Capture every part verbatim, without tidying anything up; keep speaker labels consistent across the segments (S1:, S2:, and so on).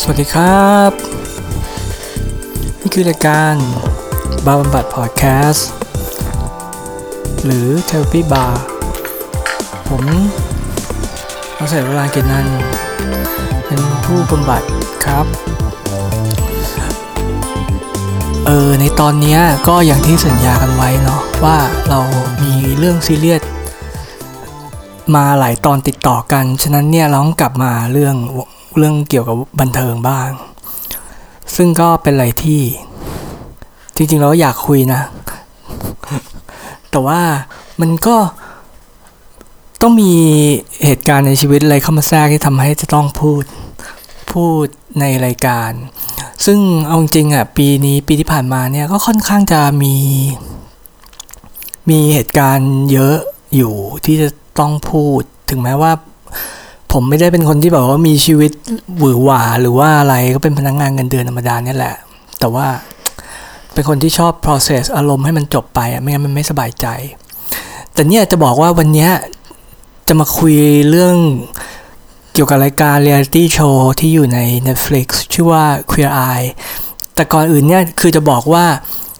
S1: สวัสดีครับนี่คือรายการบาร์บำบัดพอดแคสต์หรือ Therapy Bar ผมเอาใส่เวลาเกนันเป็นผู้บำบัดครับเออในตอนนี้ก็อย่างที่สัญญากันไว้เนาะว่าเรามีเรื่องซีเรียสมาหลายตอนติดต่อกันฉะนั้นเนี่ยเราต้องกลับมาเรื่องเรื่องเกี่ยวกับบันเทิงบ้างซึ่งก็เป็นอะไรที่จริงๆเราอยากคุยนะแต่ว่ามันก็ต้องมีเหตุการณ์ในชีวิตอะไรเข้ามาแทรกที่ทำให้จะต้องพูดพูดในรายการซึ่งเอาจริงอ่ะปีนี้ปีที่ผ่านมาเนี่ยก็ค่อนข้างจะมีมีเหตุการณ์เยอะอยู่ที่จะต้องพูดถึงแม้ว่าผมไม่ได้เป็นคนที่แบบว่ามีชีวิตหวือหวาหรือว่าอะไรก็เป็นพนักงานเงินเดือนธรรมดาเนี่ยแหละแต่ว่าเป็นคนที่ชอบ process อารมณ์ให้มันจบไปอ่ะไม่งั้นมันไม่สบายใจแต่เนี่ยจะบอกว่าวันนี้จะมาคุยเรื่องเกี่ยวกับรายการ reality show ที่อยู่ใน Netflix ชื่อว่า Queer Eye แต่ก่อนอื่นเนี่ยคือจะบอกว่า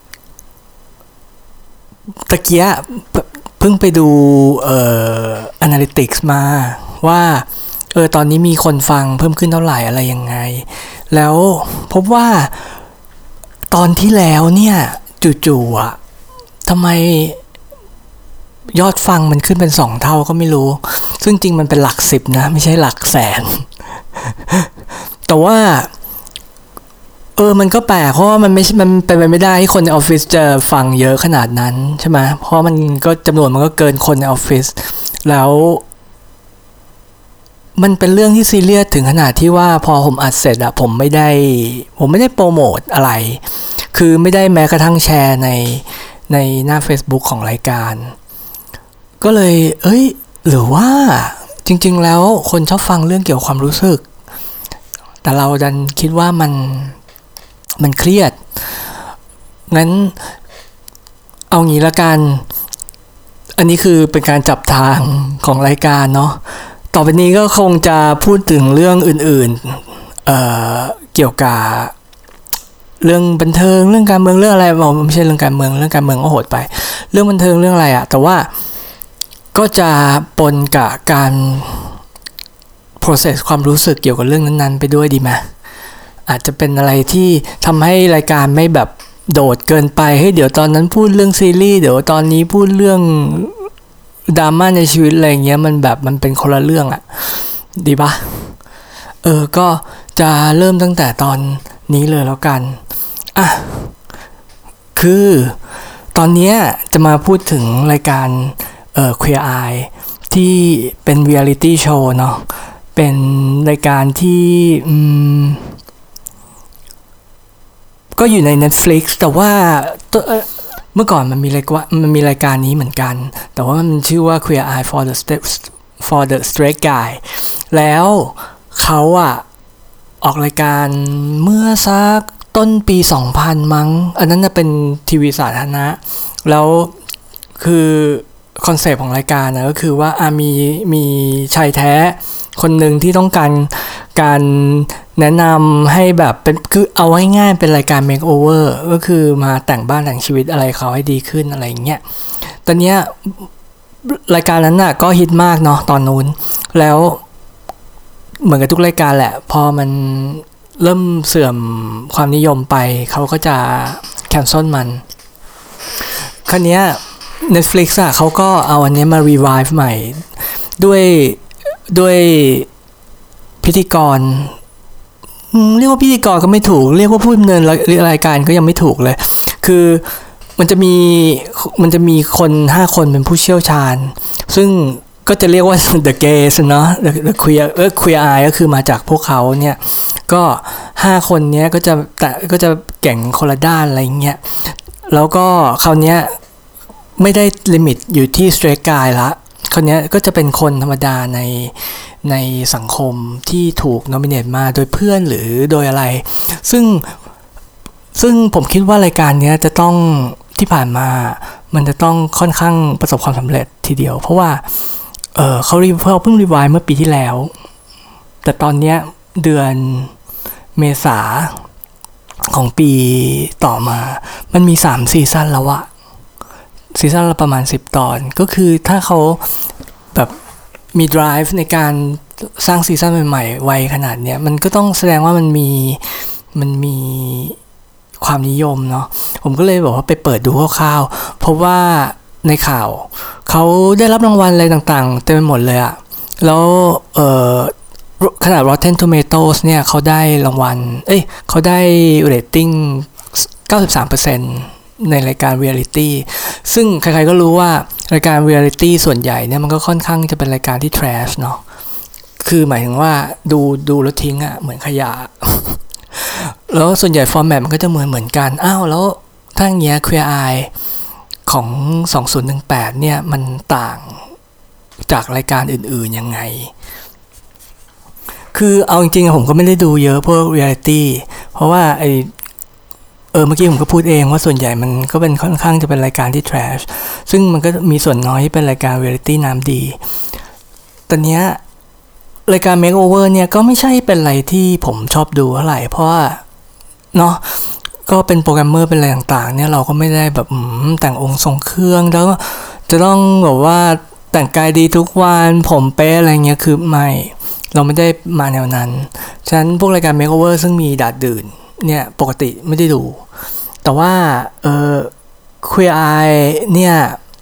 S1: ตะเกียเพิ่งไปดูเอ่อ analytics มาว่าเออตอนนี้มีคนฟังเพิ่มขึ้นเท่าไหร่อะไรยังไงแล้วพบว่าตอนที่แล้วเนี่ยจู่ๆอ่ะทำไมยอดฟังมันขึ้นเป็นสองเท่าก็ไม่รู้ซึ่งจริงมันเป็นหลักสิบนะไม่ใช่หลักแสน แต่ว่าเออมันก็แปลกเพราะว่ามันไม่มันเป็นไปไม่ได้ที่คนในออฟฟิศจะฟังเยอะขนาดนั้นใช่ไหมเพราะมันก็จำนวนมันก็เกินคนในออฟฟิศแล้วมันเป็นเรื่องที่ซีเรียสถึงขนาดที่ว่าพอผมอัดเสร็จอะผมไม่ได้ผมไม่ได้โปรโมทอะไรคือไม่ได้แม้กระทั่งแชร์ในในหน้า Facebook ของรายการก็เลยเอ้ยหรือว่าจริงๆแล้วคนชอบฟังเรื่องเกี่ยวกับความรู้สึกแต่เราดันคิดว่ามันมันเครียดงั้นเอางี้ละกันอันนี้คือเป็นการจับทางของรายการเนาะต่อไปนี้ก็คงจะพูดถึงเรื่องอื่นๆ เอ่อ เกี่ยวกับเรื่องบันเทิงเรื่องการเมืองเรื่องอะไรบอกไม่ใช่เรื่องการเมืองเรื่องการเมืองก็โหดไปเรื่องบันเทิงเรื่องอะไรอะแต่ว่าก็จะปนกับการ process ความรู้สึกเกี่ยวกับเรื่องนั้นๆไปด้วยดีไหมอาจจะเป็นอะไรที่ทำให้รายการไม่แบบโดดเกินไปเฮ้ยเดี๋ยวตอนนั้นพูดเรื่องซีรีส์เดี๋ยวตอนนี้พูดเรื่องดราม่าในชีวิตอะไรเงี้ยมันแบบมันเป็นคนละเรื่องอะดีปะเออก็จะเริ่มตั้งแต่ตอนนี้เลยแล้วกันอ่ะคือตอนนี้จะมาพูดถึงรายการเอ่อ Queer Eye ที่เป็น reality show เนาะเป็นรายการที่อืมก็อยู่ใน Netflix แต่ว่าเมื่อก่อนมันมีรายการมันมีรายการนี้เหมือนกันแต่ว่ามันชื่อว่า Queer Eye for the for the Straight Guy แล้วเขาอะออกรายการเมื่อสักต้นปีสองพันมั้งอันนั้นจะเป็นทีวีสาธารณะแล้วคือคอนเซปต์ของรายการนะก็คือว่าอ่ะมีมีชายแท้คนหนึ่งที่ต้องการการแนะนำให้แบบเป็นคือเอาไว้ง่ายเป็นรายการ make over ก็คือมาแต่งบ้านแต่งชีวิตอะไรเขาให้ดีขึ้นอะไรอย่างเงี้ยตอนเนี้ยรายการนั้นน่ะก็ฮิตมากเนาะตอนนู้นแล้วเหมือนกับทุกรายการแหละพอมันเริ่มเสื่อมความนิยมไปเขาก็จะแคนเซิลมันคราวเนี้ย Netflix อ่ะเขาก็เอาอันนี้มา revive ใหม่ด้วยด้วยพิธีกรเรียกว่าพิธีกรก็ไม่ถูกเรียกว่าผู้ดำเนินรายการก็ยังไม่ถูกเลยคือมันจะมีมันจะมีคนห้าคนเป็นผู้เชี่ยวชาญซึ่งก็จะเรียกว่า the gays เนาะ the queer เออ queer eye ก็คือมาจากพวกเขาเนี่ยก็ห้าคนเนี้ยก็จะแต่ก็จะเก่งคนละด้านอะไรเงี้ยแล้วก็คราวเนี้ยไม่ได้ลิมิตอยู่ที่ straight guy ละคนนี้ก็จะเป็นคนธรรมดาในในสังคมที่ถูกนอมิเนตมาโดยเพื่อนหรือโดยอะไรซึ่งซึ่งผมคิดว่ารายการนี้จะต้องที่ผ่านมามันจะต้องค่อนข้างประสบความสำเร็จทีเดียวเพราะว่าเออเขารีเขาเพิ่งรีไวล์เมื่อปีที่แล้วแต่ตอนนี้เดือนเมษาของปีต่อมามันมีสามซีซั่นแล้วอะซีซั่นละประมาณสิบตอนก็คือถ้าเขาแบบมี drive ในการสร้างซีซั่นใหม่ๆไวขนาดเนี้ยมันก็ต้องแสดงว่ามันมีมันมีความนิยมเนาะผมก็เลยบอกว่าไปเปิดดูคร่าวๆเพราะว่าในข่าวเขาได้รับรางวัลอะไรต่างๆเต็มไปหมดเลยอะแล้วเอ่อขนาด Rotten Tomatoes เนี่ยเขาได้รางวัลเอ้ยเขาได้เรตติ้ง เก้าสิบสามเปอร์เซ็นต์ ในรายการเรียลลิตี้ซึ่งใครๆก็รู้ว่ารายการเรียลลิตี้ส่วนใหญ่เนี่ยมันก็ค่อนข้างจะเป็นรายการที่ trash เนาะคือหมายถึงว่าดูดูแล้วทิ้งอะเหมือนขยะ แล้วส่วนใหญ่ฟอร์แมตมันก็จะเหมือนเหมือนกันอ้าวแล้วถ้าอย่างเงี้ย Queer Eye ของสองพันสิบแปดเนี่ยมันต่างจากรายการอื่นๆยังไงคือเอาจริงๆผมก็ไม่ได้ดูเยอะพวกเรียลลิตี้เพราะว่าไอเออเมื่อกี้ผมก็พูดเองว่าส่วนใหญ่มันก็เป็นค่อนข้างจะเป็นรายการที่ trash ซึ่งมันก็มีส่วนน้อยที่เป็นรายการเรียลลิตี้น้ำดีตอนเนี้ยรายการ Makeover เนี่ยก็ไม่ใช่เป็นอะไรที่ผมชอบดูเท่าไหร่เพราะว่าเนาะก็เป็นโปรแกรมเมอร์เป็นอะไรต่างๆเนี่ยเราก็ไม่ได้แบบแต่งองค์ทรงเครื่องแล้วก็จะต้องแบบว่าแต่งกายดีทุกวันผมเป๊ะอะไรเงี้ยคือไม่เราไม่ได้มาแนวนั้นฉะนั้นพวกรายการ Makeover ซึ่งมีดาดดื่นเนี่ยปกติไม่ได้ดูแต่ว่าเออ Queer Eye เนี่ย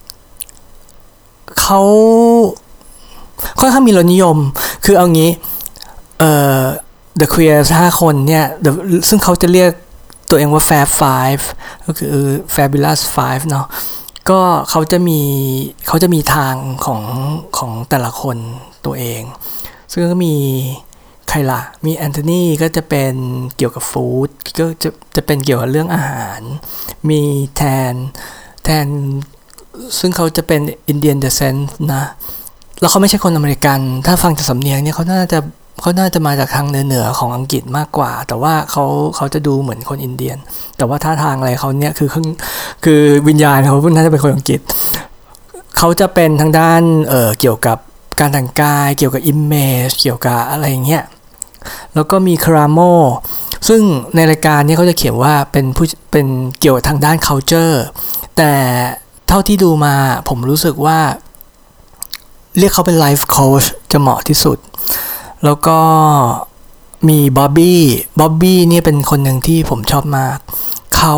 S1: เขาค่อนข้างมีรสนิยมคือเอางี้เอ่อ The Queers ห้าคนเนี่ย The, ซึ่งเขาจะเรียกตัวเองว่า Fab Five ก็คือ Fabulous Five เนาะก็เขาจะมีเขาจะมีทางของของแต่ละคนตัวเองซึ่งก็มีใครล่ะมีแอนโทนีก็จะเป็นเกี่ยวกับฟู้ดก็จะจะเป็นเกี่ยวกับเรื่องอาหารมีแทนแทนซึ่งเขาจะเป็นอินเดียนเดเซนต์นะแล้วเขาไม่ใช่คนอเมริกันถ้าฟังจากสำเนียงเนี่ยเขาน่าจะเขาน่าจะมาจากทางเหนือๆของอังกฤษมากกว่าแต่ว่าเขาเขาจะดูเหมือนคนอินเดียนแต่ว่าท่าทางอะไรเขาเนี่ยคือคือวิญญาณเขาน่าจะเป็นคนอังกฤษเขาจะเป็นทางด้านเอ่อเกี่ยวกับการแต่งกายเกี่ยวกับ image เกี่ยวกับอะไรอย่างเงี้ยแล้วก็มีคาราโมซึ่งในรายการนี้เขาจะเขียนว่าเป็นผู้เป็นเกี่ยวกับทางด้าน culture แต่เท่าที่ดูมาผมรู้สึกว่าเรียกเขาเป็น life coach จะเหมาะที่สุดแล้วก็มีบ๊อบบี้บ๊อบบี้นี่เป็นคนหนึ่งที่ผมชอบมากเขา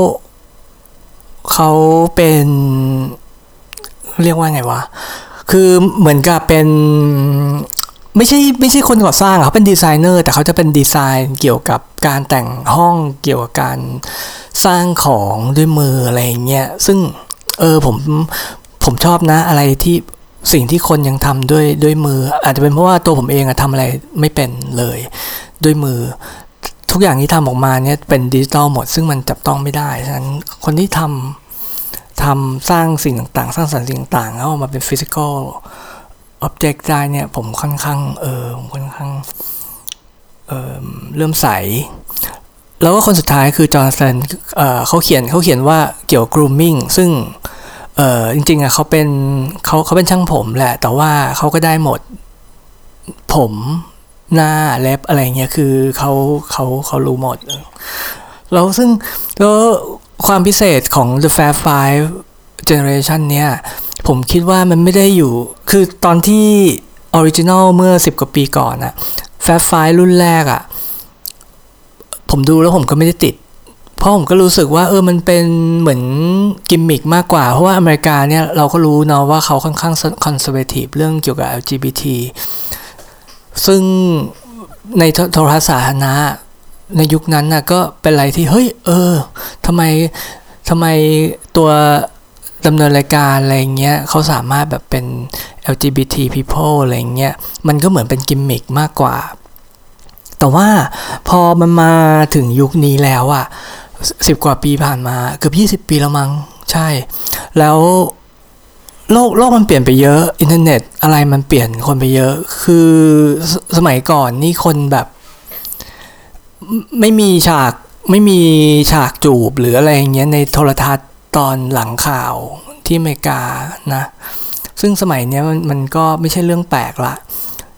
S1: เขาเป็นเรียกว่าไงวะคือเหมือนกับเป็นไม่ใช่ไม่ใช่คนก่อสร้างเขาเป็นดีไซเนอร์แต่เขาจะเป็นดีไซน์เกี่ยวกับการแต่งห้องเกี่ยวกับการสร้างของด้วยมืออะไรเงี้ยซึ่งเออผมผมชอบนะอะไรที่สิ่งที่คนยังทำด้วยด้วยมืออาจจะเป็นเพราะว่าตัวผมเองอะทำอะไรไม่เป็นเลยด้วยมือทุกอย่างที่ทำออกมาเนี่ยเป็นดิจิตอลหมดซึ่งมันจับต้องไม่ได้ฉะนั้นคนที่ทำทำสร้างสิ่งต่างๆสร้างสรรค์สิ่งต่างๆแล้วออกมาเป็นฟิสิกอลอ็อบเจกต์ได้เนี่ยผมค่อนข้างเออผมค่อนข้างเออเริ่มใสแล้วก็คนสุดท้ายคือจอห์นสันเอ่อเขาเขียนเขาเขียนว่าเกี่ยวกับ grooming ซึ่งเออจริงๆอ่ะเขาเป็นเขาเขาเป็นช่างผมแหละแต่ว่าเขาก็ได้หมดผมหน้าเล็บอะไรเงี้ยคือเขาเขาเขารู้หมดแล้วซึ่งแล้วความพิเศษของ The Fab Five Generation เนี่ยผมคิดว่ามันไม่ได้อยู่คือตอนที่ออริจินัลเมื่อสิบกว่าปีก่อนอะ Fab Five รุ่นแรกอะผมดูแล้วผมก็ไม่ได้ติดเพราะผมก็รู้สึกว่าเออมันเป็นเหมือนกิมมิกมากกว่าเพราะว่าอเมริกาเนี่ยเราก็รู้เนาะว่าเขาค่อนข้างคอนเซอร์เวทีฟเรื่องเกี่ยวกับ แอล จี บี ที ซึ่งในโทรทัศน์สาธารณะในยุคนั้นน่ะก็เป็นอะไรที่เฮ้ยเออทำไมทำไมตัวดำเนินรายการอะไรเงี้ยเขาสามารถแบบเป็น แอล จี บี ที people อะไรเงี้ยมันก็เหมือนเป็นกิมมิกมากกว่าแต่ว่าพอมันมาถึงยุคนี้แล้วอะสิบกว่าปีผ่านมาเกือบยี่สิบปีแล้วมั้งใช่แล้วโลกโลกมันเปลี่ยนไปเยอะอินเทอร์เน็ตอะไรมันเปลี่ยนคนไปเยอะคือส, สมัยก่อนนี่คนแบบไม่มีฉากไม่มีฉากจูบหรืออะไรอย่างเงี้ยในโทรทัศน์ตอนหลังข่าวที่อเมริกานะซึ่งสมัยเนี้ยมันมันก็ไม่ใช่เรื่องแปลกละ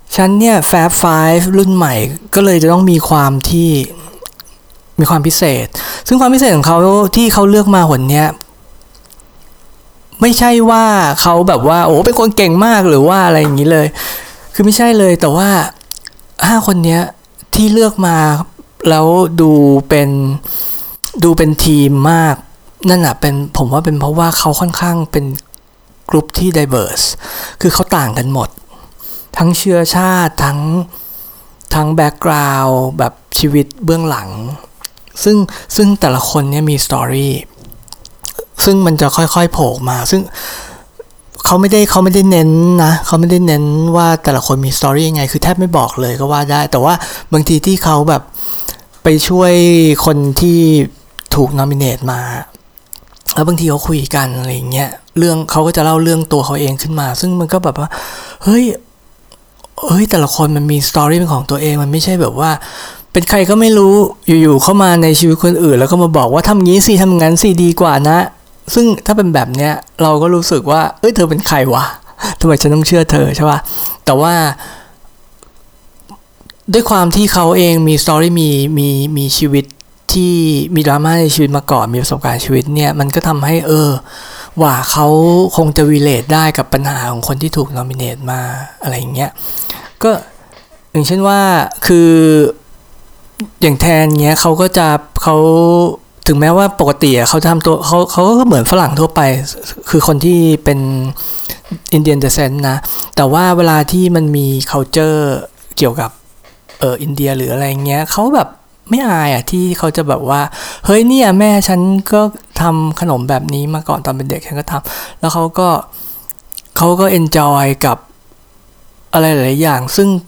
S1: ฉันเนี่ย Fab Five รุ่นใหม่ก็เลยจะต้องมีความที่มีความพิเศษซึ่งความพิเศษของเขาที่เขาเลือกมาหนเนี้ยไม่ใช่ว่าเขาแบบว่าโอ้เป็นคนเก่งมากหรือว่าอะไรอย่างนี้เลยคือไม่ใช่เลยแต่ว่าห้าคนเนี้ยที่เลือกมาแล้วดูเป็นดูเป็นทีมมากนั่นน่ะเป็นผมว่าเป็นเพราะว่าเขาค่อนข้างเป็นกลุ่มที่ diverse คือเขาต่างกันหมดทั้งเชื้อชาติทั้งทั้งแบ็กกราวด์แบบชีวิตเบื้องหลังซึ่งซึ่งแต่ละคนเนี่ยมีสตอรี่ซึ่งมันจะค่อยๆโผล่มาซึ่งเขาไม่ได้เขาไม่ได้เน้นนะเขาไม่ได้เน้นว่าแต่ละคนมีสตอรี่ยังไงคือแทบไม่บอกเลยก็ว่าได้แต่ว่าบางทีที่เขาแบบไปช่วยคนที่ถูกนอมิเนตมาแล้วบางทีเขาคุยกันอะไรอย่างเงี้ยเรื่องเขาก็จะเล่าเรื่องตัวเขาเองขึ้นมาซึ่งมันก็แบบว่าเฮ้ยเฮ้ยแต่ละคนมันมีสตอรี่เป็นของตัวเองมันไม่ใช่แบบว่าเป็นใครก็ไม่รู้อยู่ๆเข้ามาในชีวิตคนอื่นแล้วก็มาบอกว่าทำงี้สิทำงั้นสิดีกว่านะซึ่งถ้าเป็นแบบเนี้ยเราก็รู้สึกว่าเอ้ยเธอเป็นใครวะทำไมฉันต้องเชื่อเธอใช่ป่ะแต่ว่าด้วยความที่เขาเองมีสตอรี่มีมีมีชีวิตที่มีดราม่าในชีวิตมาก่อนมีประสบการณ์ชีวิตเนี่ยมันก็ทำให้เออว่าเขาคงจะรีเลทได้กับปัญหาของคนที่ถูกนอมิเนตมาอะไรอย่างเงี้ยก็อย่างเช่นว่าคืออย่างแทนเงี้ยเขาก็จะเขาถึงแม้ว่าปกติเขาทำตัวเขาเขาก็เหมือนฝรั่งทั่วไปคือคนที่เป็นอินเดียนเดสเซนต์นะแต่ว่าเวลาที่มันมี culture เกี่ยวกับเอออินเดียหรืออะไรเงี้ยเขาแบบไม่อายอ่ะที่เขาจะแบบว่าเฮ้ยเนี่ยแม่ฉันก็ทำขนมแบบนี้มาก่อนตอนเป็นเด็กฉันก็ทำแล้วเขาก็เขาก็ enjoy กับอะไรหลายอย่างซึ่ง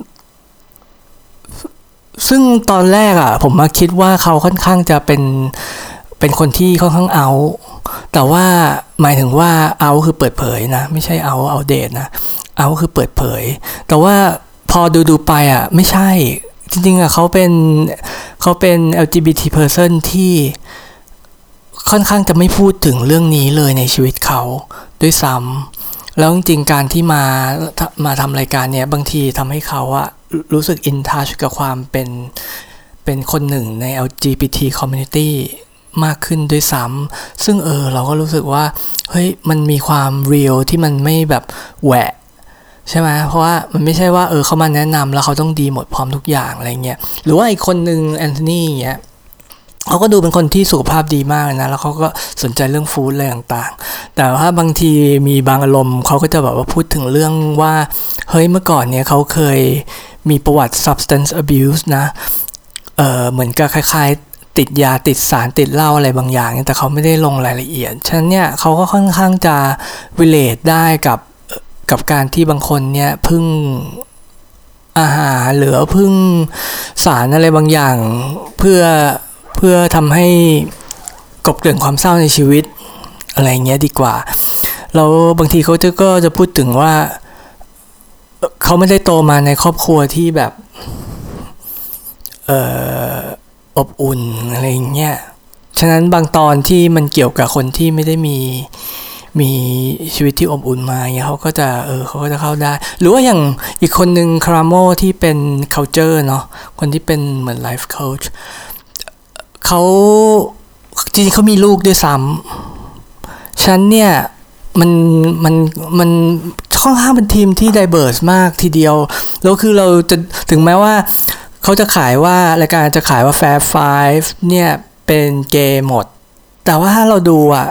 S1: ซึ่งตอนแรกอ่ะผมมาคิดว่าเขาค่อนข้างจะเป็นเป็นคนที่ค่อนข้างเอาแต่ว่าหมายถึงว่าเอาคือเปิดเผยนะไม่ใช่เอาเอาเดทนะเอาคือเปิดเผยแต่ว่าพอดูดูไปอ่ะไม่ใช่จริงๆอ่ะเขาเป็นเขาเป็น แอล จี บี ที person ที่ค่อนข้างจะไม่พูดถึงเรื่องนี้เลยในชีวิตเขาด้วยซ้ำแล้วจริงๆการที่มามาทำรายการเนี้ยบางทีทำให้เขาอะรู้สึก in touch กับความเป็นเป็นคนหนึ่งใน แอล จี บี ที community มากขึ้นด้วยซ้ำซึ่งเออเราก็รู้สึกว่าเฮ้ยมันมีความ real ที่มันไม่แบบแหวะใช่ไหมเพราะว่ามันไม่ใช่ว่าเออเขามาแนะนำแล้วเขาต้องดีหมดพร้อมทุกอย่างอะไรเงี้ยหรือว่าอีกคนหนึ่งแอนโทนีเงี้ยเขาก็ดูเป็นคนที่สุขภาพดีมากนะแล้วเขาก็สนใจเรื่องฟู้ดอะไรต่างๆแต่ว่าบางทีมีบางอารมณ์เขาก็จะแบบว่าพูดถึงเรื่องว่าเฮ้ยเมื่อก่อนเนี่ยเขาเคยมีประวัติ substance abuse นะเออเหมือนกับคล้ายๆติดยาติดสารติดเหล้าอะไรบางอย่างแต่เขาไม่ได้ลงรายละเอียดฉะนั้นเนี่ยเขาก็ค่อนข้างจะ relate ได้กับกับการที่บางคนเนี่ยพึ่งอาหารหรือพึ่งสารอะไรบางอย่างเพื่อเพื่อทำให้กลบเกลื่อนความเศร้าในชีวิตอะไรเงี้ยดีกว่าแล้วบางทีเขาจะก็จะพูดถึงว่าเขาไม่ได้โตมาในครอบครัวที่แบบเอ่ออบอุ่นอะไรเงี้ยฉะนั้นบางตอนที่มันเกี่ยวกับคนที่ไม่ได้มีมีชีวิตที่อบอุ่นมาเงี้ยเขาก็จะเออเขาก็จะเข้าได้หรือว่าอย่างอีกคนนึงคาราโมที่เป็น culture เนาะคนที่เป็นเหมือน life coach เขาจริงๆเขามีลูกด้วยซ้ำฉันเนี่ยมันมันมันค่อนข้างเป็นทีมที่ diverse มากทีเดียวแล้วคือเราจะถึงแม้ว่าเขาจะขายว่ารายการจะขายว่า Fab Five เนี่ยเป็นเกย์หมดแต่ว่าถ้าเราดูอ่ะ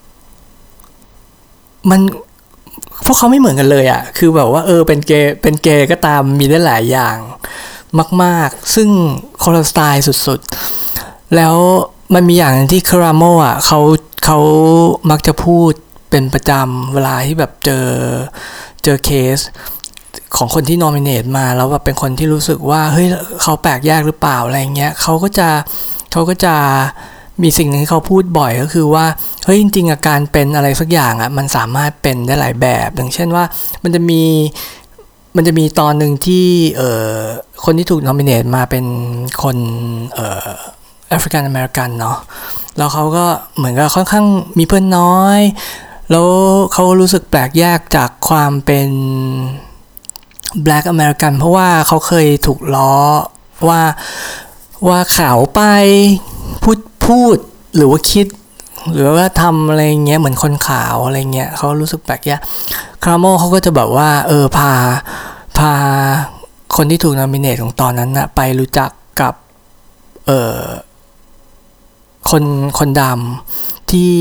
S1: มันพวกเขาไม่เหมือนกันเลยอ่ะคือแบบว่าเออเป็นเกย์เป็นเกย์ก็ตามมีได้หลายอย่างมากๆซึ่งคนละสไตล์สุดๆแล้วมันมีอย่างที่คาราโมอ่ะเขาเขามักจะพูดเป็นประจำเวลาที่แบบเจอเจอเคสของคนที่นอมิเนตมาแล้วแบบเป็นคนที่รู้สึกว่าเฮ้ยเขาแปลกแยกหรือเปล่าอะไรเงี้ยเขาก็จะเขาก็จะมีสิ่งหนึ่งที่เขาพูดบ่อยก็คือว่าเฮ้ยจริงๆอาการเป็นอะไรสักอย่างอ่ะมันสามารถเป็นได้หลายแบบอย่างเช่นว่ามันจะมีมันจะมีตอนหนึ่งที่เอ่อคนที่ถูกนอมิเนตมาเป็นคนเอ่อแอฟริกันอเมริกันเนาะแล้วเขาก็เหมือนกับค่อนข้างมีเพื่อนน้อยแล้วเขารู้สึกแปลกแยกจากความเป็น Black American เพราะว่าเขาเคยถูกล้อว่าว่าขาวไปพูดพูดหรือว่าคิดหรือว่าทำอะไรเงี้ยเหมือนคนขาวอะไรเงี้ยเขารู้สึกแปลกแยกคาร์โมเขาก็จะแบบว่าเออพาพาคนที่ถูกนอมิเนตของตอนนั้นนะไปรู้จักกับเออคนคนดำที่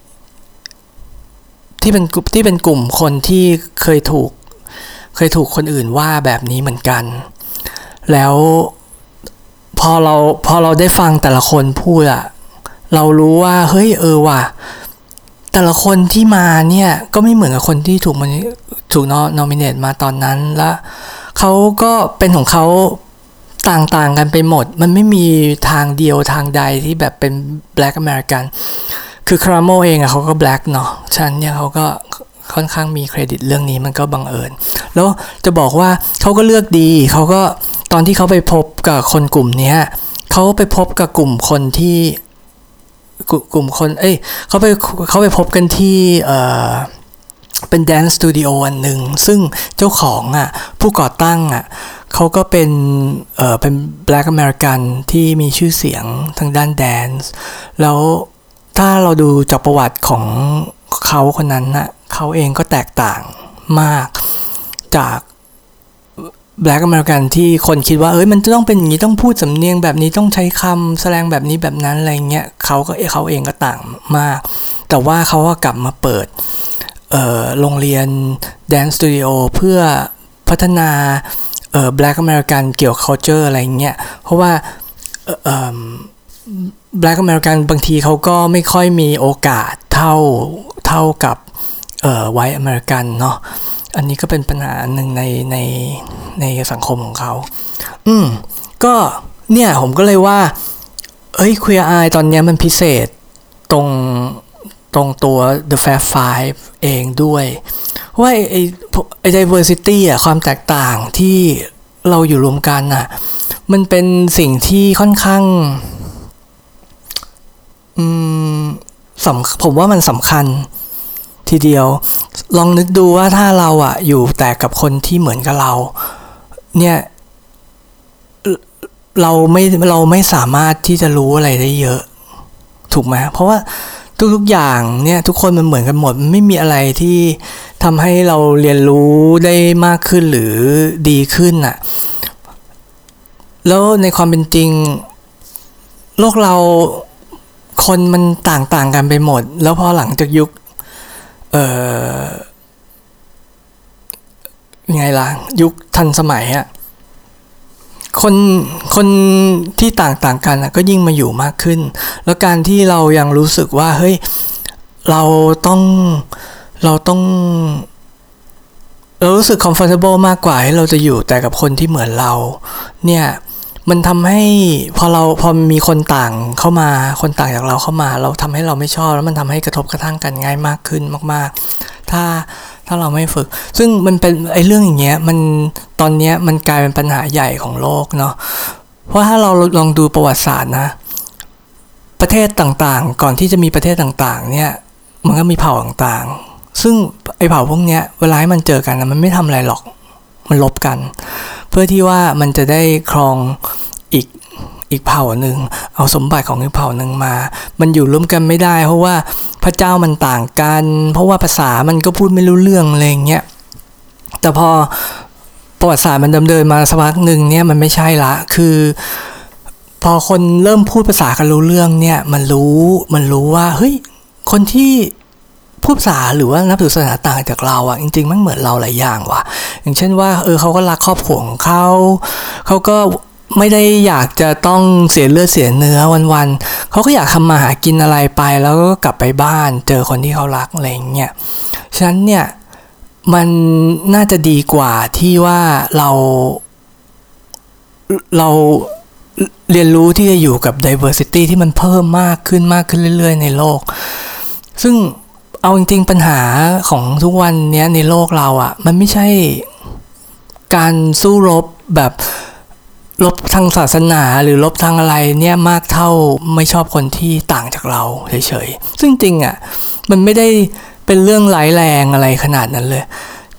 S1: ที่เป็นที่เป็นกลุ่มคนที่เคยถูกเคยถูกคนอื่นว่าแบบนี้เหมือนกันแล้วพอเราพอเราได้ฟังแต่ละคนพูดอะเรารู้ว่าเฮ้ยเออว่ะแต่ละคนที่มาเนี่ยก็ไม่เหมือนกับคนที่ถูกมันถูกนอมิเนตมาตอนนั้นและเขาก็เป็นของเขาต่างๆกันไปหมดมันไม่มีทางเดียวทางใดที่แบบเป็น Black American คือคาราโมเองอะเขาก็ Black เนาะฉะนั้นเนี่ยเขาก็ค่อนข้างมีเครดิตเรื่องนี้มันก็บังเอิญแล้วจะบอกว่าเขาก็เลือกดีเขาก็ตอนที่เขาไปพบกับคนกลุ่มนี้เขาไปพบกับกลุ่มคนที่กลุ่มคนเอ้ยเขาไปเขาไปพบกันที่เอ่อเป็นแดนซ์สตูดิโออันหนึ่งซึ่งเจ้าของอ่ะผู้ก่อตั้งอ่ะเขาก็เป็นเอ่อเป็น Black American ที่มีชื่อเสียงทางด้านแดนซ์แล้วถ้าเราดูจากประวัติของเขาคนนั้นน่ะเขาเองก็แตกต่างมากจาก Black American ที่คนคิดว่าเอ้ยมันจะต้องเป็นอย่างนี้ต้องพูดสำเนียงแบบนี้ต้องใช้คำแสดงแบบนี้แบบนั้นอะไรเงี้ยเขาก็เขาเองก็ต่างมากแต่ว่าเขาก็กลับมาเปิดเอ่อโรงเรียน Dance Studio เพื่อพัฒนาเอ่อ Black American เกี่ยวกับ culture อะไรเงี้ยเพราะว่าเอ่อ Black American บางทีเขาก็ไม่ค่อยมีโอกาสเท่าเท่ากับเอ่อ White American เนาะอันนี้ก็เป็นปัญหาหนึ่งในในในสังคมของเขาอืมก็เนี่ยผมก็เลยว่าเอ้ย Queer Eye ตอนนี้มันพิเศษตรงตรงตัว The Fab Five เองด้วยว่าไอ้ไอ้ diversity อ่ะความแตกต่างที่เราอยู่รวมกันน่ะมันเป็นสิ่งที่ค่อนข้างอืมสำผมว่ามันสำคัญทีเดียวลองนึกดูว่าถ้าเราอ่ะอยู่แต่กับคนที่เหมือนกับเราเนี่ยเราไม่เราไม่สามารถที่จะรู้อะไรได้เยอะถูกไหมเพราะว่าทุกๆอย่างเนี่ยทุกคนมันเหมือนกันหมดมันไม่มีอะไรที่ทำให้เราเรียนรู้ได้มากขึ้นหรือดีขึ้นอ่ะแล้วในความเป็นจริงโลกเราคนมันต่างๆกันไปหมดแล้วพอหลังจากยุคเอ่อยังไงล่ะยุคทันสมัยอ่ะคนคนที่ต่างๆกันก็ยิ่งมาอยู่มากขึ้นแล้วการที่เรายังรู้สึกว่าเฮ้ยเราต้องเราต้องเรารู้สึก comfortable มากกว่าให้เราจะอยู่แต่กับคนที่เหมือนเราเนี่ยมันทำให้พอเราพอมีคนต่างเข้ามาคนต่างจากเราเข้ามาเราทำให้เราไม่ชอบแล้วมันทำให้กระทบกระทั่งกันง่ายมากขึ้นมากๆถ้าถ้าเราไม่ฝึกซึ่งมันเป็นไอ้เรื่องอย่างเงี้ยมันตอนเนี้ยมันกลายเป็นปัญหาใหญ่ของโลกเนาะเพราะถ้าเราลองดูประวัติศาสตร์นะประเทศต่างๆก่อนที่จะมีประเทศต่างๆเนี่ยมันก็มีเผ่าต่างๆซึ่งไอ้เผ่าพวกเนี้ยเวลาให้มันเจอกันนะมันไม่ทำอะไรหรอกมันลบกันเพื่อที่ว่ามันจะได้ครองอีกอีกเผ่าหนึ่งเอาสมบัติของอีกเผ่าหนึ่งมามันอยู่ร่วมกันไม่ได้เพราะว่าพระเจ้ามันต่างกันเพราะว่าภาษามันก็พูดไม่รู้เรื่องอะไรอย่างเงี้ยแต่พอประวัติศาสตร์มันดำเนินมาสักพักหนึ่งเนี่ยมันไม่ใช่ละคือพอคนเริ่มพูดภาษากันรู้เรื่องเนี่ยมันรู้มันรู้ว่าเฮ้ยคนที่พูดภาษาหรือว่านับถือศาสนาต่างจากเราอ่ะจริงๆมันเหมือนเราหลายอย่างว่ะอย่างเช่นว่าเออเขาก็รักครอบครัวของเขาเขาก็ไม่ได้อยากจะต้องเสียเลือดเสียเนื้อวันๆเขาก็อยากทำมาหากินอะไรไปแล้วก็กลับไปบ้านเจอคนที่เขารักอะไรอย่างเงี้ยฉะนั้นเนี่ยมันน่าจะดีกว่าที่ว่าเราเราเรียนรู้ที่จะอยู่กับ diversity ที่มันเพิ่มมากขึ้นมากขึ้นเรื่อยๆในโลกซึ่งเอาจริงๆปัญหาของทุกวันนี้ในโลกเราอ่ะมันไม่ใช่การสู้รบแบบลบทางศาสนาหรือลบทางอะไรเนี่ยมากเท่าไม่ชอบคนที่ต่างจากเราเฉยๆซึ่งจริงอ่ะมันไม่ได้เป็นเรื่องร้ายแรงอะไรขนาดนั้นเลย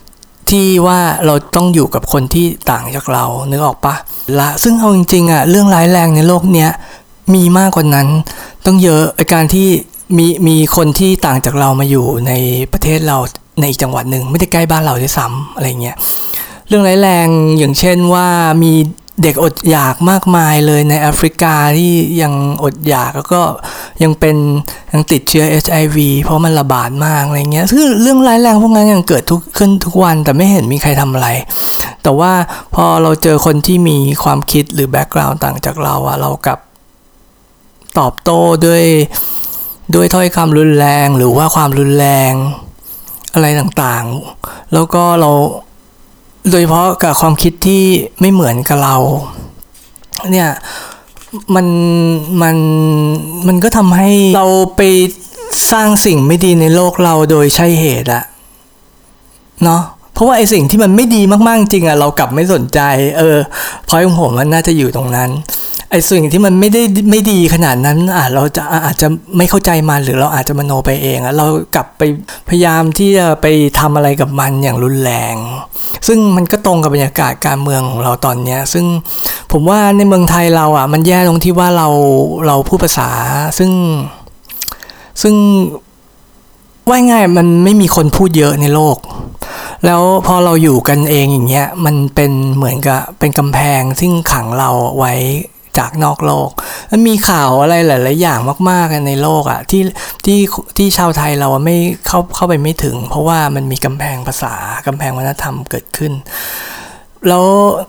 S1: ที่ว่าเราต้องอยู่กับคนที่ต่างจากเรานึกออกปะละซึ่งเอาจริงๆอ่ะเรื่องร้ายแรงในโลกเนี้ยมีมากกว่านั้นต้องเยอะไอ้การที่มีมีคนที่ต่างจากเรามาอยู่ในประเทศเราในอีกจังหวัดหนึ่งไม่ได้ใกล้บ้านเราด้วยซ้ำอะไรเงี้ยเรื่องร้ายแรงอย่างเช่นว่ามีเด็กอดอยากมากมายเลยในแอฟริกาที่ยังอดอยากแล้วก็ยังเป็นยังติดเชื้อ เอช ไอ วี เพราะมันระบาดมากอะไรเงี้ยคือเรื่องร้ายแรงพวกนั้นยังเกิดทุกขึ้นทุกวันแต่ไม่เห็นมีใครทำอะไรแต่ว่าพอเราเจอคนที่มีความคิดหรือแบ็กกราวด์ต่างจากเราอะเรากลับตอบโต้ด้วยด้วยถ้อยคำรุนแรงหรือว่าความรุนแรงอะไรต่างๆแล้วก็เราโดยเฉพาะกับความคิดที่ไม่เหมือนกับเราเนี่ยมันมันมันก็ทำให้เราไปสร้างสิ่งไม่ดีในโลกเราโดยใช่เหตุอะเนาะเพราะว่าไอ้สิ่งที่มันไม่ดีมากๆจริงอะเรากลับไม่สนใจเออพอยของผมมันน่าจะอยู่ตรงนั้นไอ้สิ่งที่มันไม่ได้ไม่ดีขนาดนั้นอ่ะเราจะอาจจะไม่เข้าใจมันหรือเราอาจจะมโนไปเองอ่ะเรากลับไปพยายามที่จะไปทำอะไรกับมันอย่างรุนแรงซึ่งมันก็ตรงกับบรรยากาศการเมืองของเราตอนนี้ซึ่งผมว่าในเมืองไทยเราอ่ะมันแย่ตรงที่ว่าเราเราพูดภาษาซึ่งซึ่งว่าง่ายมันไม่มีคนพูดเยอะในโลกแล้วพอเราอยู่กันเองอย่างเงี้ยมันเป็นเหมือนกับเป็นกำแพงซึ่งขังเราไว้จากนอกโลกมันมีข่าวอะไรหลายๆอย่างมากๆในโลกอ่ะที่ที่ที่ชาวไทยเราไม่เข้าเข้าไปไม่ถึงเพราะว่ามันมีกำแพงภาษากำแพงวัฒนธรรมเกิดขึ้นแล้ว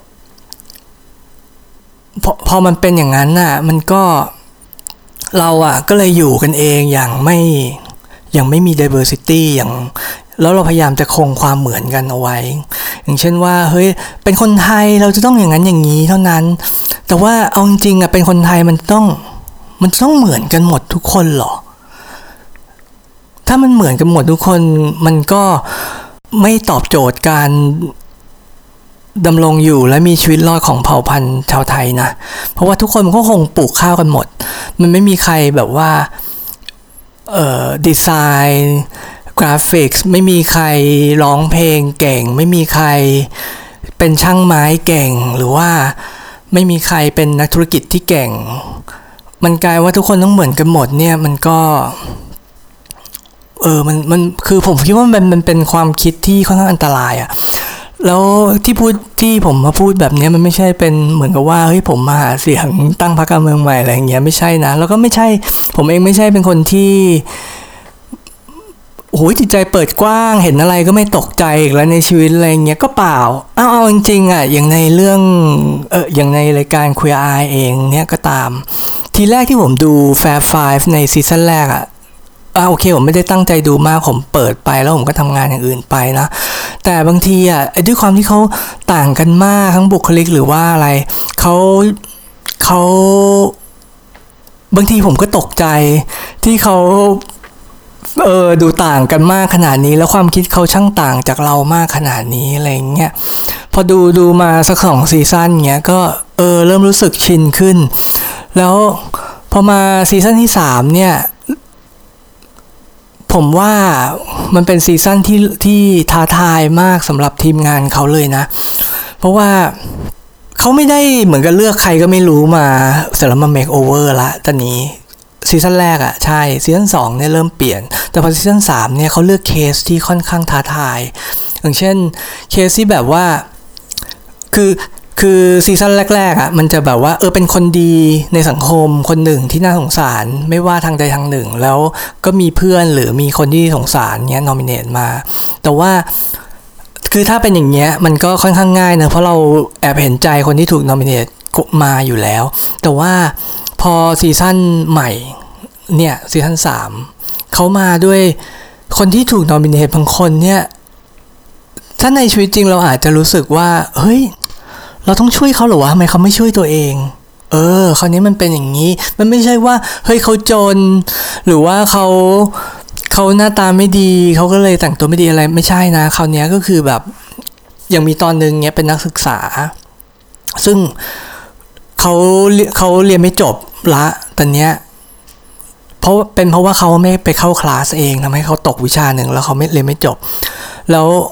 S1: พอพอมันเป็นอย่างนั้นน่ะมันก็เราอ่ะก็เลยอยู่กันเองอย่างไม่อย่างไม่มี diversity อย่างแล้วเราพยายามจะคงความเหมือนกันเอาไว้อย่างเช่นว่าเฮ้ยเป็นคนไทยเราจะต้องอย่างนั้นอย่างนี้เท่านั้นแต่ว่าเอาจริงๆอ่ะเป็นคนไทยมันต้องมันต้องเหมือนกันหมดทุกคนหรอถ้ามันเหมือนกันหมดทุกคนมันก็ไม่ตอบโจทย์การดำรงอยู่และมีชีวิตรอดของเผ่าพันธุ์ชาวไทยนะเพราะว่าทุกคนมันก็คงปลูกข้าวกันหมดมันไม่มีใครแบบว่าเอ่อดีไซน์กราฟิกส์ไม่มีใครร้องเพลงเก่งไม่มีใครเป็นช่างไม้เก่งหรือว่าไม่มีใครเป็นนักธุรกิจที่เก่งมันกลายว่าทุกคนต้องเหมือนกันหมดเนี่ยมันก็เออมันมันคือผมคิดว่ามันมันเป็นความคิดที่ค่อนข้างอันตรายอะแล้วที่พูดที่ผมมาพูดแบบนี้มันไม่ใช่เป็นเหมือนกับว่าเฮ้ยผมมาหาเสียงตั้งพรรคการเมืองใหม่อะไรอย่างเงี้ยไม่ใช่นะแล้วก็ไม่ใช่ผมเองไม่ใช่เป็นคนที่โอ้ยจิตใจเปิดกว้างเห็นอะไรก็ไม่ตกใจอีกแล้วในชีวิตอะไรเงี้ยก็เปล่าเอาเอาจริงๆอ่ะอย่างในเรื่องเอออย่างในรายการ Queer Eye เองเนี่ยก็ตามทีแรกที่ผมดู Fab Five ในซีซั่นแรกอ่ะอ่าโอเคผมไม่ได้ตั้งใจดูมากผมเปิดไปแล้วผมก็ทำงานอย่างอื่นไปนะแต่บางทีอ่ะด้วยความที่เขาต่างกันมากทั้งบุคลิกหรือว่าอะไรเขาเขาบางทีผมก็ตกใจที่เขาเออดูต่างกันมากขนาดนี้แล้วความคิดเขาช่างต่างจากเรามากขนาดนี้อะไรเงี้ยพอดูดูมาสักสองซีซั่นเงี้ยก็เออเริ่มรู้สึกชินขึ้นแล้วพอมาซีซั่นที่สามเนี่ยผมว่ามันเป็นซีซั่นที่ที่ท้าทายมากสำหรับทีมงานเขาเลยนะเพราะว่าเขาไม่ได้เหมือนกับเลือกใครก็ไม่รู้มาเสร็จแล้วมาเมคโอเวอร์ละตอนนี้ซีซั่นแรกอ่ะใช่ซีซั่นสองเนี่ยเริ่มเปลี่ยนแต่พอซีซั่นสามเนี่ยเขาเลือกเคสที่ค่อนข้างท้าทายอย่างเช่นเคสที่แบบว่าคือคือซีซั่นแรกๆอ่ะมันจะแบบว่าเออเป็นคนดีในสังคมคนหนึ่งที่น่าสงสารไม่ว่าทางใดทางหนึ่งแล้วก็มีเพื่อนหรือมีคนที่สงสารเนี้ยนอมิเนตมาแต่ว่าคือถ้าเป็นอย่างเงี้ยมันก็ค่อนข้างง่ายนะเพราะเราแอบเห็นใจคนที่ถูกนอมิเนตมาอยู่แล้วแต่ว่าพอซีซั่นใหม่เนี่ยซีซั่นสามเขามาด้วยคนที่ถูกนอมิเนตบางคนเนี่ยถ้าในชีวิตจริงเราอาจจะรู้สึกว่าเฮ้ยเราต้องช่วยเขาหรอวะทำไมเขาไม่ช่วยตัวเองเออคราวนี้มันเป็นอย่างนี้มันไม่ใช่ว่าเฮ้ยเขาจนหรือว่าเขาเขาหน้าตาไม่ดีเขาก็เลยแต่งตัวไม่ดีอะไรไม่ใช่นะคราวนี้ก็คือแบบอย่างมีตอนนึงเนี่ยเป็นนักศึกษาซึ่งเขาเขาเรียนไม่จบละตอนเนี้ยเพราะเป็นเพราะว่าเขาไม่ไปเข้าคลาสเองทำให้เขาตกวิชาหนึ่งแล้วเขาไม่เรียนไม่จบแล้ว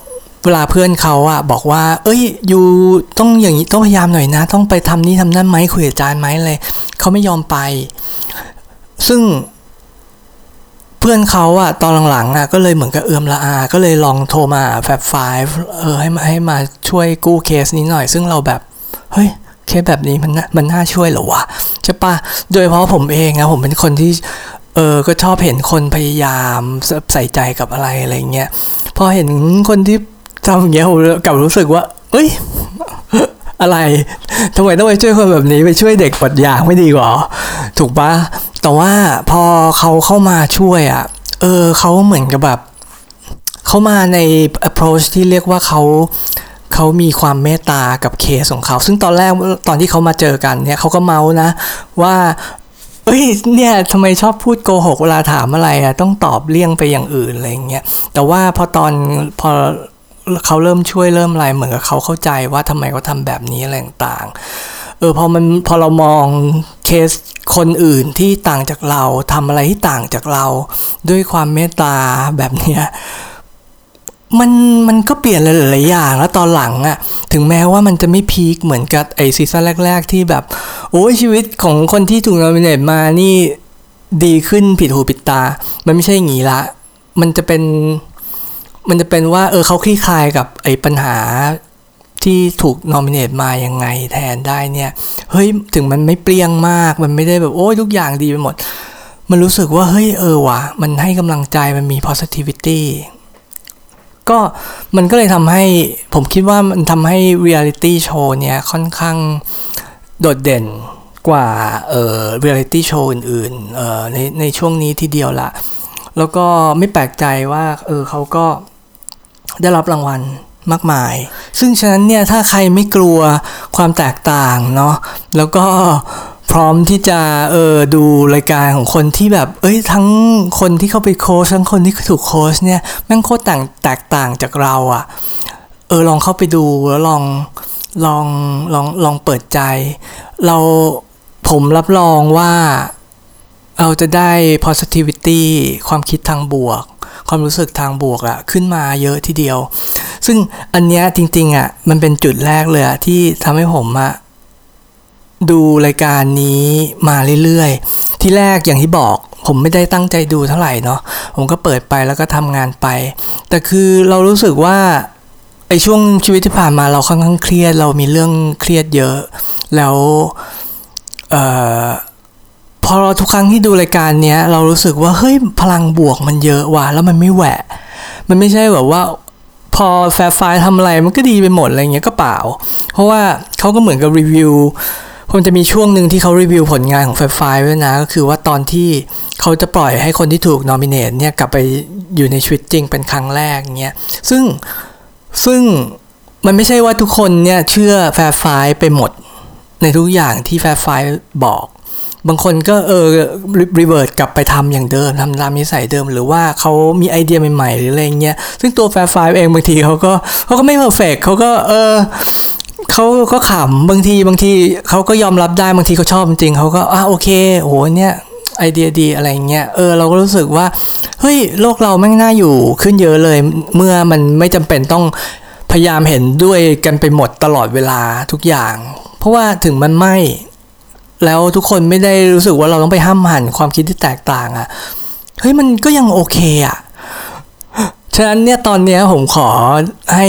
S1: เวลาเพื่อนเขาอะบอกว่าเอ้ยอยู่ต้องอย่างนี้ต้องพยายามหน่อยนะต้องไปทำนี่ทำนั่นไหมคุยกับอาจารย์ไหมเลยเขาไม่ยอมไปซึ่งเพื่อนเขาอะตอนหลังๆอะก็เลยเหมือนกับเอือมละอาก็เลยลองโทรมาแฟบไฟว์เออให้มาให้มาช่วยกู้เคสนี้หน่อยซึ่งเราแบบเฮ้ยเคสแบบนี้มันมันน่าช่วยเหรอวะใช่ปะโดยเฉพาะผมเองนะผมเป็นคนที่เออก็ชอบเห็นคนพยายามใส่ใจกับอะไรอะไรเงี้ยพอเห็นคนที่ทำอย่างเงี้ยผมกลับรู้สึกว่าเอ้ยอะไรทำไมต้องไปช่วยคนแบบนี้ไปช่วยเด็กอดอยากไม่ดีกว่าถูกปะแต่ว่าพอเขาเข้ามาช่วยอ่ะเออเขาเหมือนกับแบบเขามาใน approach ที่เรียกว่าเขาเขามีความเมตตากับเคสของเขาซึ่งตอนแรกตอนที่เขามาเจอกันเนี่ยเขาก็เมานะว่าเอ้ยเนี่ยทำไมชอบพูดโกหกเวลาถามอะไรอ่ะต้องตอบเลี่ยงไปอย่างอื่นอะไรอย่างเงี้ยแต่ว่าพอตอนพอเขาเริ่มช่วยเริ่มอะไรเหมือนกับเขาเข้าใจว่าทำไมเขาทำแบบนี้อะไรต่างๆเออพอมันพอเรามองเคสคนอื่นที่ต่างจากเราทำอะไรที่ต่างจากเราด้วยความเมตตาแบบเนี้ยมันมันก็เปลี่ยนหลายๆอย่างแล้วตอนหลังอะถึงแม้ว่ามันจะไม่พีคเหมือนกับไอซีซั่นแรกๆที่แบบโอ้ยชีวิตของคนที่ถูกนอมิเนตมานี่ดีขึ้นผิดหูผิดตามันไม่ใช่อย่างนี้ละมันจะเป็นมันจะเป็นว่าเออเขาคลี่คลายกับไอ้ปัญหาที่ถูกนอมิเนตมายังไงแทนได้เนี่ยเฮ้ยถึงมันไม่เปรี้ยงมากมันไม่ได้แบบโอ้ยทุกอย่างดีไปหมดมันรู้สึกว่าเฮ้ยเออว่ะมันให้กำลังใจมันมี positivity ก็มันก็เลยทำให้ผมคิดว่ามันทำให้ reality show เนี่ยค่อนข้างโดดเด่นกว่าเอ่อ reality show อื่นๆเอ่อในในช่วงนี้ทีเดียวละแล้วก็ไม่แปลกใจว่าเออเขาก็ได้รับรางวัลมากมายซึ่งฉะนั้นเนี่ยถ้าใครไม่กลัวความแตกต่างเนาะแล้วก็พร้อมที่จะเออดูรายการของคนที่แบบเอ้ยทั้งคนที่เข้าไปโค้ชทั้งคนที่ถูกโค้ชเนี่ยแม่งโคตรต่างแตกต่างจากเราอะเออลองเข้าไปดูแล้วลองลองลองลองเปิดใจเราผมรับรองว่าเราจะได้ positivity ความคิดทางบวกความรู้สึกทางบวกอะขึ้นมาเยอะทีเดียวซึ่งอันเนี้ยจริงๆอะมันเป็นจุดแรกเลยอะที่ทำให้ผมอะดูรายการนี้มาเรื่อยๆที่แรกอย่างที่บอกผมไม่ได้ตั้งใจดูเท่าไหร่เนาะผมก็เปิดไปแล้วก็ทำงานไปแต่คือเรารู้สึกว่าไอ้ช่วงชีวิตที่ผ่านมาเราค่อนข้างเครียดเรามีเรื่องเครียดเยอะแล้วเอ่อพอทุกครั้งที่ดูรายการเนี้ยเรารู้สึกว่าเฮ้ยพลังบวกมันเยอะว่ะแล้วมันไม่แหวะมันไม่ใช่แบบว่าพอแฟร์ไฟล์ทำอะไรมันก็ดีไปหมดอะไรเงี้ยก็เปล่าเพราะว่าเขาก็เหมือนกับรีวิวผมจะมีช่วงหนึ่งที่เขารีวิวผลงานของแฟร์ไฟล์ด้วยนะก็คือว่าตอนที่เขาจะปล่อยให้คนที่ถูกนอมิเนตเนี่ยกลับไปอยู่ในชีวิตจริงเป็นครั้งแรกเงี้ยซึ่งซึ่งมันไม่ใช่ว่าทุกคนเนี่ยเชื่อแฟร์ไฟล์ไปหมดในทุกอย่างที่แฟร์ไฟล์บอกบางคนก็เออรีเวิร์ตกลับไปทำอย่างเดิมทำตามนิสัยเดิมหรือว่าเขามีไอเดียใหม่ๆหรืออะไรเงี้ยซึ่งตัวแฟร์ไฟล์เองบางทีเขาก็เขาก็ไม่เพอร์เฟกต์เขาก็เออเขาก็ขำบางทีบางทีเขาก็ยอมรับได้บางทีเขาชอบจริงเขาก็อ่ะโอเคโหเนี่ยไอเดียดีอะไรเงี้ยเออเราก็รู้สึกว่าเฮ้ยโลกเราแม่งน่าอยู่ขึ้นเยอะเลยเมื่อมันไม่จำเป็นต้องพยายามเห็นด้วยกันไปหมดตลอดเวลาทุกอย่างเพราะว่าถึงมันไม่แล้วทุกคนไม่ได้รู้สึกว่าเราต้องไปห้ามหันความคิดที่แตกต่างอ่ะเฮ้ยมันก็ยังโอเคอ่ะฉะนั้นเนี่ยตอนเนี้ยผมขอให้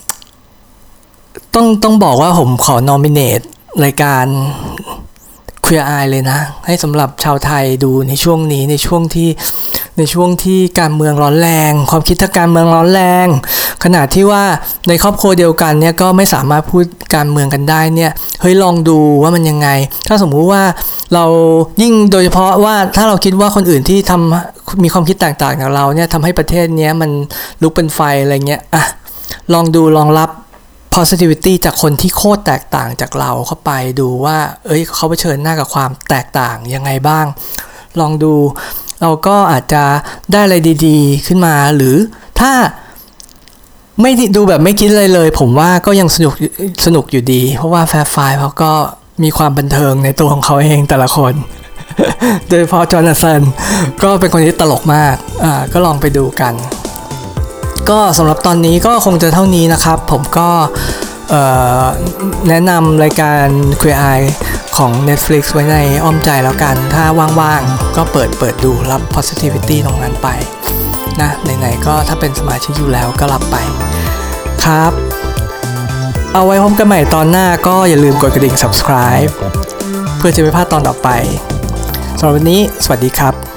S1: ต้องต้องบอกว่าผมขอนอมิเนตรายการ Queer Eye เลยนะให้สำหรับชาวไทยดูในช่วงนี้ในช่วงที่ในช่วงที่การเมืองร้อนแรงความคิดทางการเมืองร้อนแรงขนาดที่ว่าในครอบครัวเดียวกันเนี่ยก็ไม่สามารถพูดการเมืองกันได้เนี่ยเฮ้ยลองดูว่ามันยังไงถ้าสมมุติว่าเรายิ่งโดยเฉพาะว่าถ้าเราคิดว่าคนอื่นที่ทำมีความคิดแตกต่างจากเราเนี่ยทำให้ประเทศนี้มันลุกเป็นไฟอะไรเงี้ยอ่ะลองดูลองรับpositivity จากคนที่โคตรแตกต่างจากเราเข้าไปดูว่าเอ้ยเขาเผชิญหน้ากับความแตกต่างยังไงบ้างลองดูเราก็อาจจะได้อะไรดีๆขึ้นมาหรือถ้าไม่ดูแบบไม่คิดอะไรเลยผมว่าก็ยังสนุกสนุกอยู่ดีเพราะว่าแฟร์ไฟล์เขาก็มีความบันเทิงในตัวของเขาเองแต่ละคน โดยเฉพาะจอนาธานก็เป็นคนที่ตลกมากอ่าก็ลองไปดูกันก็สำหรับตอนนี้ก็คงจะเท่านี้นะครับผมก็แนะนำรายการ Queer Eye ของ Netflix ไว้ในอ้อมใจแล้วกันถ้าว่างๆก็เปิดเปิดดูรับ positivity ตรงนั้นไปนะไหนๆก็ถ้าเป็นสมาชิกอยู่แล้วก็รับไปครับเอาไว้พบกันใหม่ตอนหน้าก็อย่าลืมกดกระดิ่ง subscribe เพื่อจะไม่พลาดตอนต่อไปสำหรับวันนี้สวัสดีครับ